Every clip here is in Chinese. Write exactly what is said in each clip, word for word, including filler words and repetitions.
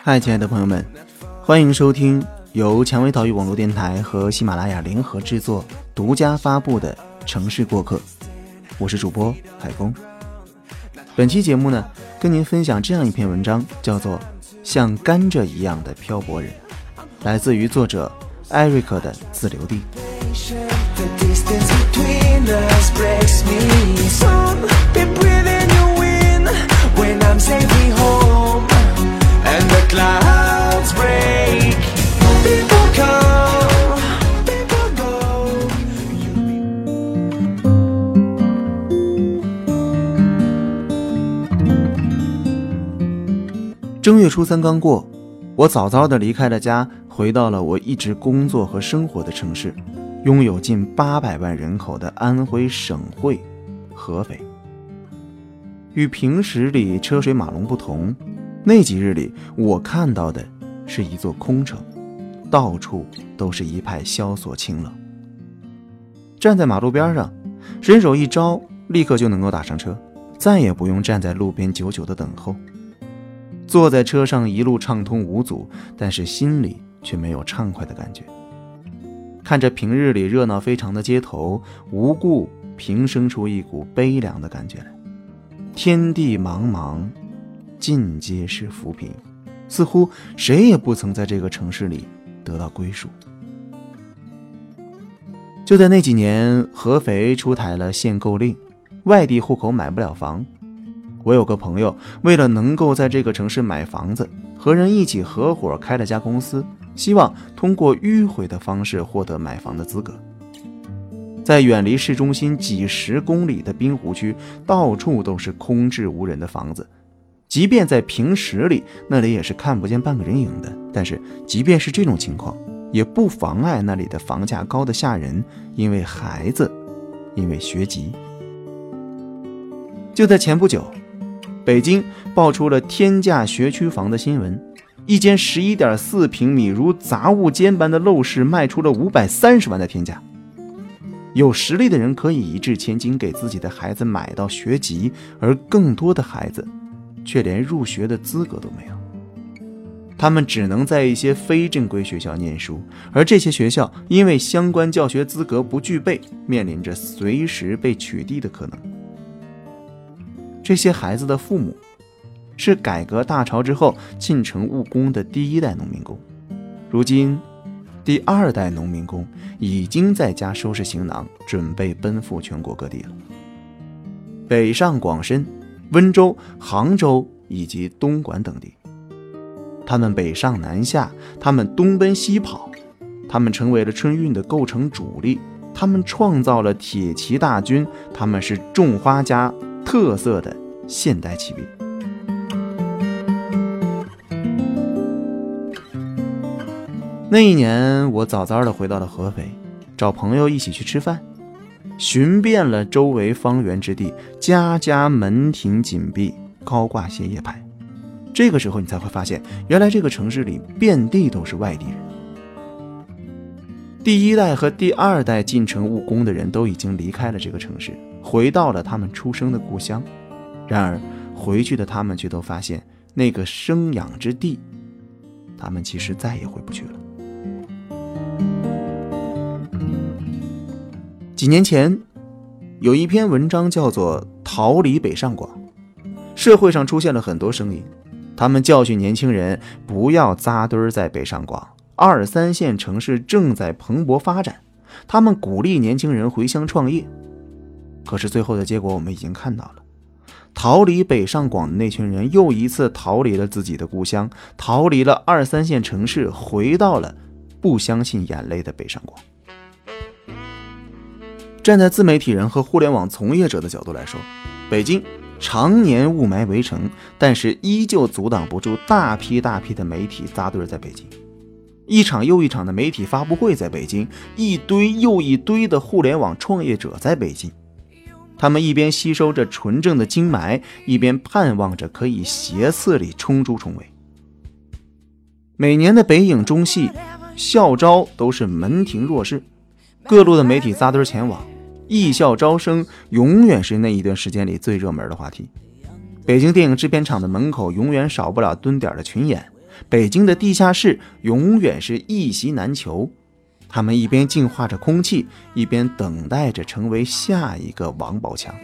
嗨，亲爱的朋友们，欢迎收听由蔷薇岛屿网络电台和喜马拉雅联合制作独家发布的城市过客，我是主播海峰。本期节目呢，跟您分享这样一篇文章，叫做像甘蔗一样的漂泊人，来自于作者艾瑞克的自留地。正月初三刚过，我早早地离开了家，回到了我一直工作和生活的城市，拥有近八百万人口的安徽省会合肥。与平时里车水马龙不同，那几日里我看到的是一座空城，到处都是一派萧索清冷。站在马路边上，伸手一招，立刻就能够打上车，再也不用站在路边久久的等候。坐在车上一路畅通无阻，但是心里却没有畅快的感觉。看着平日里热闹非常的街头，无故平生出一股悲凉的感觉来。天地茫茫，尽皆是浮萍，似乎谁也不曾在这个城市里得到归属。就在那几年，合肥出台了限购令，外地户口买不了房。我有个朋友，为了能够在这个城市买房子，和人一起合伙开了家公司，希望通过迂回的方式获得买房的资格。在远离市中心几十公里的滨湖区，到处都是空置无人的房子，即便在平时里那里也是看不见半个人影的，但是即便是这种情况，也不妨碍那里的房价高得吓人，因为孩子，因为学籍。就在前不久，北京爆出了天价学区房的新闻，一间 十一点四平米如杂物间般的陋室卖出了五百三十万的天价。有实力的人可以一掷千金给自己的孩子买到学籍，而更多的孩子却连入学的资格都没有。他们只能在一些非正规学校念书，而这些学校因为相关教学资格不具备，面临着随时被取缔的可能。这些孩子的父母是改革大潮之后进城务工的第一代农民工，如今第二代农民工已经在家收拾行囊，准备奔赴全国各地了。北上广深、温州、杭州以及东莞等地，他们北上南下，他们东奔西跑，他们成为了春运的构成主力，他们创造了铁骑大军，他们是种花家特色的现代骑兵。那一年，我早早的回到了合肥，找朋友一起去吃饭，寻遍了周围方圆之地，家家门庭紧闭，高挂歇业牌。这个时候你才会发现，原来这个城市里遍地都是外地人。第一代和第二代进城务工的人都已经离开了这个城市，回到了他们出生的故乡。然而回去的他们却都发现，那个生养之地，他们其实再也回不去了。几年前有一篇文章叫做《逃离北上广》，社会上出现了很多声音，他们教训年轻人不要扎堆在北上广，二三线城市正在蓬勃发展，他们鼓励年轻人回乡创业。可是最后的结果我们已经看到了，逃离北上广的那群人又一次逃离了自己的故乡，逃离了二三线城市，回到了不相信眼泪的北上广。站在自媒体人和互联网从业者的角度来说，北京常年雾霾围城，但是依旧阻挡不住大批大批的媒体扎堆在北京。一场又一场的媒体发布会在北京，一堆又一堆的互联网创业者在北京。他们一边吸收着纯正的金霾，一边盼望着可以斜刺里冲出重围。每年的北影中戏校招都是门庭若市，各路的媒体扎堆前往，艺校招生永远是那一段时间里最热门的话题。北京电影制片厂的门口永远少不了蹲点的群演， 北京的地下室永远是一席难求，他们一边净化着空气，一边等待着成为下一个王宝强。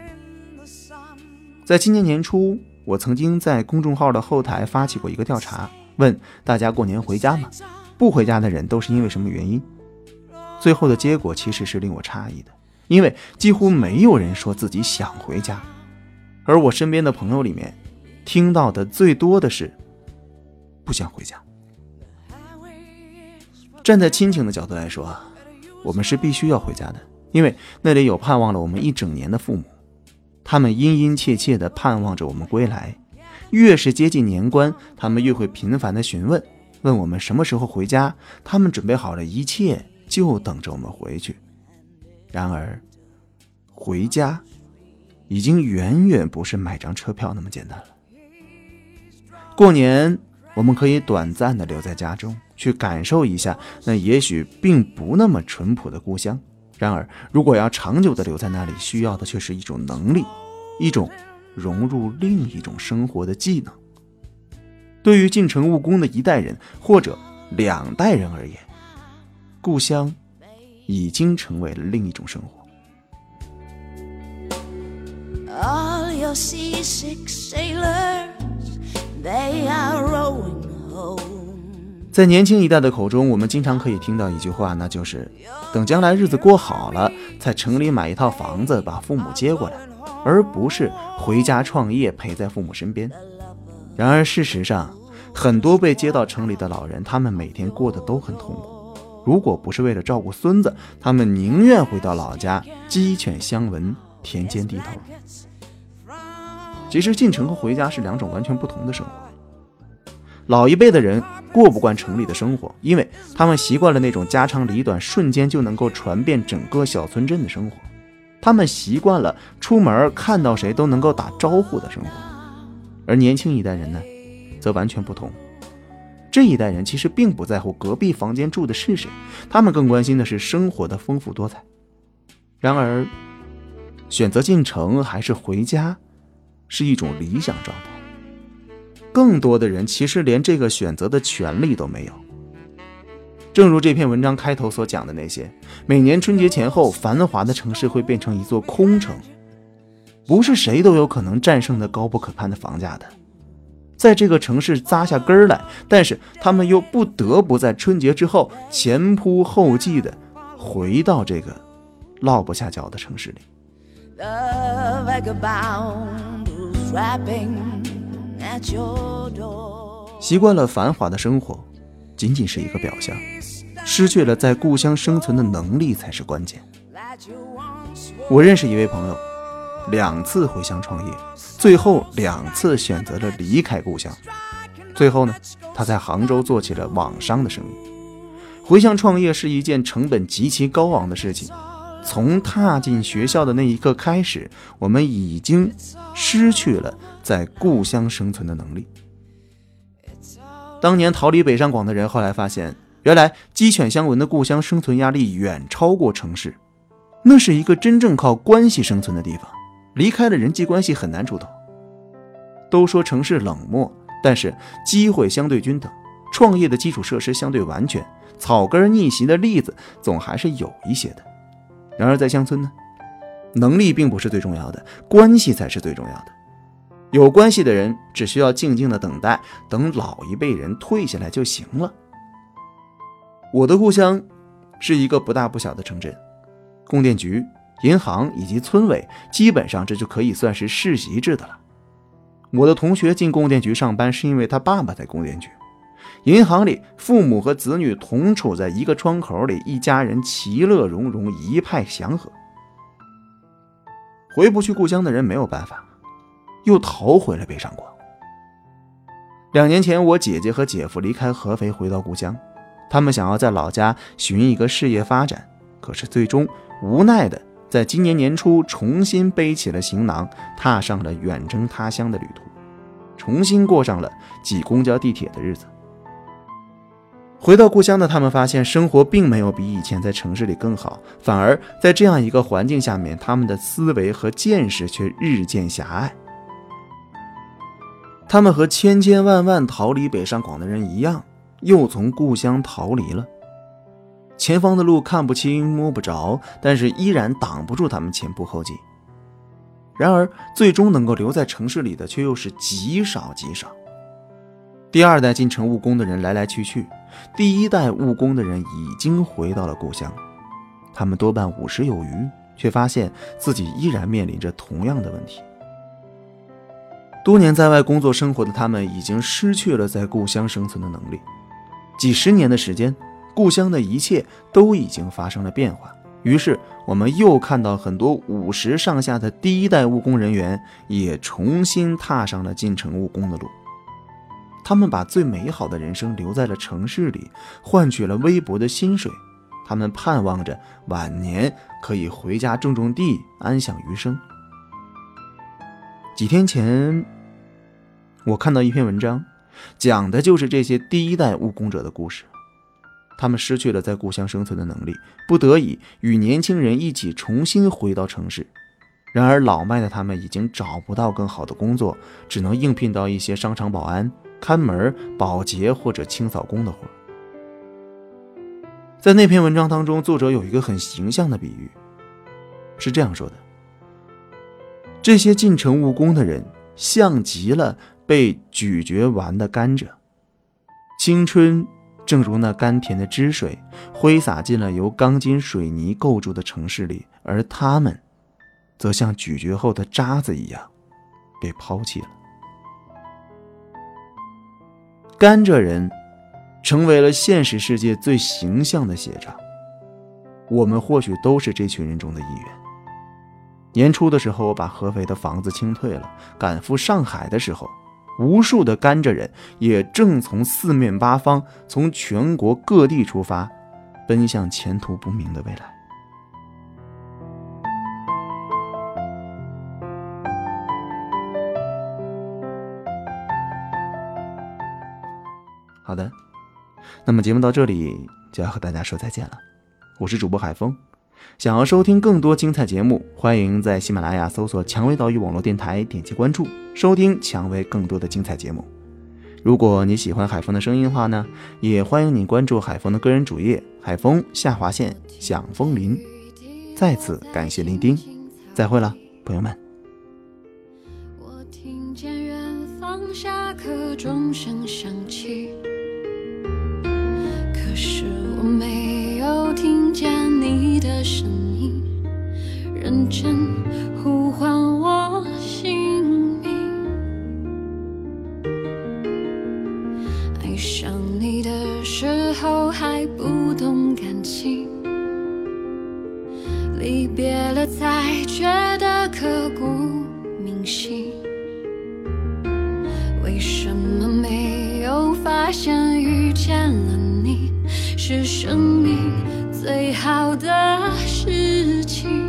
在今年年初，我曾经在公众号的后台发起过一个调查，问大家过年回家吗？不回家的人都是因为什么原因？最后的结果其实是令我诧异的，因为几乎没有人说自己想回家，而我身边的朋友里面听到的最多的是不想回家。站在亲情的角度来说，我们是必须要回家的，因为那里有盼望了我们一整年的父母，他们殷殷切切地盼望着我们归来，越是接近年关，他们越会频繁地询问，问我们什么时候回家，他们准备好了一切，就等着我们回去。然而回家已经远远不是买张车票那么简单了。过年我们可以短暂地留在家中，去感受一下那也许并不那么淳朴的故乡。然而如果要长久地留在那里，需要的却是一种能力，一种融入另一种生活的技能。对于进城务工的一代人或者两代人而言，故乡已经成为了另一种生活。All your seasick sailors, they are rowing home. 在年轻一代的口中，我们经常可以听到一句话，那就是等将来日子过好了，在城里买一套房子，把父母接过来，而不是回家创业，陪在父母身边。然而事实上，很多被接到城里的老人，他们每天过得都很痛苦。如果不是为了照顾孙子，他们宁愿回到老家，鸡犬相闻，田间地头。其实进城和回家是两种完全不同的生活。老一辈的人过不惯城里的生活，因为他们习惯了那种家长里短瞬间就能够传遍整个小村镇的生活，他们习惯了出门看到谁都能够打招呼的生活。而年轻一代人呢，则完全不同。这一代人其实并不在乎隔壁房间住的是谁，他们更关心的是生活的丰富多彩。然而选择进城还是回家是一种理想状态，更多的人其实连这个选择的权利都没有。正如这篇文章开头所讲的那些，每年春节前后，繁华的城市会变成一座空城，不是谁都有可能战胜的高不可攀的房价的，在这个城市扎下根来，但是他们又不得不在春节之后前仆后继的回到这个落不下脚的城市里。习惯了繁华的生活仅仅是一个表象，失去了在故乡生存的能力才是关键。我认识一位朋友，两次回乡创业，最后两次选择了离开故乡。最后呢，他在杭州做起了网商的生意。回乡创业是一件成本极其高昂的事情，从踏进学校的那一刻开始，我们已经失去了在故乡生存的能力。当年逃离北上广的人后来发现，原来鸡犬相闻的故乡生存压力远超过城市，那是一个真正靠关系生存的地方，离开了人际关系很难出头。都说城市冷漠，但是机会相对均等，创业的基础设施相对完全，草根逆袭的例子总还是有一些的。然而在乡村呢，能力并不是最重要的，关系才是最重要的。有关系的人只需要静静的等待，等老一辈人退下来就行了。我的故乡是一个不大不小的城镇，供电局、银行以及村委基本上这就可以算是世袭制的了。我的同学进供电局上班是因为他爸爸在供电局，银行里父母和子女同处在一个窗口里，一家人其乐融融，一派祥和。回不去故乡的人没有办法，又逃回了北上广。两年前，我姐姐和姐夫离开合肥回到故乡，他们想要在老家寻一个事业发展，可是最终无奈的在今年年初重新背起了行囊，踏上了远征他乡的旅途，重新过上了挤公交地铁的日子。回到故乡的他们发现，生活并没有比以前在城市里更好，反而在这样一个环境下面，他们的思维和见识却日渐狭隘。 他们和千千万万逃离北上广的人一样，又从故乡逃离了。前方的路看不清摸不着，但是依然挡不住他们前仆后继。然而最终能够留在城市里的却又是极少极少。第二代进城务工的人来来去去，第一代务工的人已经回到了故乡。他们多半五十有余，却发现自己依然面临着同样的问题。多年在外工作生活的他们已经失去了在故乡生存的能力。几十年的时间，故乡的一切都已经发生了变化。于是我们又看到很多五十上下的第一代务工人员也重新踏上了进城务工的路。他们把最美好的人生留在了城市里，换取了微薄的薪水。他们盼望着晚年可以回家种种地，安享余生。几天前我看到一篇文章，讲的就是这些第一代务工者的故事。他们失去了在故乡生存的能力，不得已与年轻人一起重新回到城市。然而老迈的他们已经找不到更好的工作，只能应聘到一些商场保安、看门、保洁或者清扫工的活。在那篇文章当中，作者有一个很形象的比喻，是这样说的：这些进城务工的人像极了被咀嚼完的甘蔗，青春正如那甘甜的汁水挥洒进了由钢筋水泥构筑的城市里，而他们则像咀嚼后的渣子一样被抛弃了。甘蔗人成为了现实世界最形象的写照。我们或许都是这群人中的一员。年初的时候，我把合肥的房子清退了，赶赴上海的时候，无数的甘蔗人也正从四面八方，从全国各地出发，奔向前途不明的未来。好的，那么节目到这里就要和大家说再见了。我是主播海峰，想要收听更多精彩节目，欢迎在喜马拉雅搜索蔷薇岛屿网络电台，点击关注，收听蔷薇更多的精彩节目。如果你喜欢海峰的声音的话呢，也欢迎你关注海峰的个人主页海峰下划线响枫林。再次感谢聆听，再会了，朋友们。 我听见远方下课钟声响起，可是我没有听见你的声音，认真呼唤我姓名。爱上你的时候还不懂感情，离别了才觉得刻骨铭心。为什么没有发现遇见了你是生命最好的事情？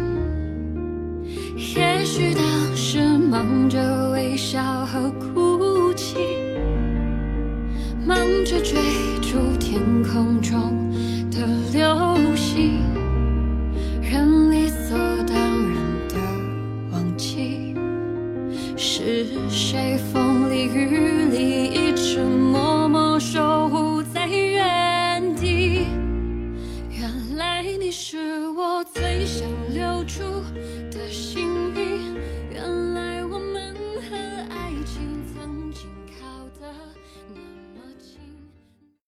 也许当时忙着微笑和哭泣，忙着追逐天空中的流星，人理所当然的忘记是谁风里雨里一直默默守护在原地。原来你是我最想留住的幸运，原来我们和爱情曾经靠得那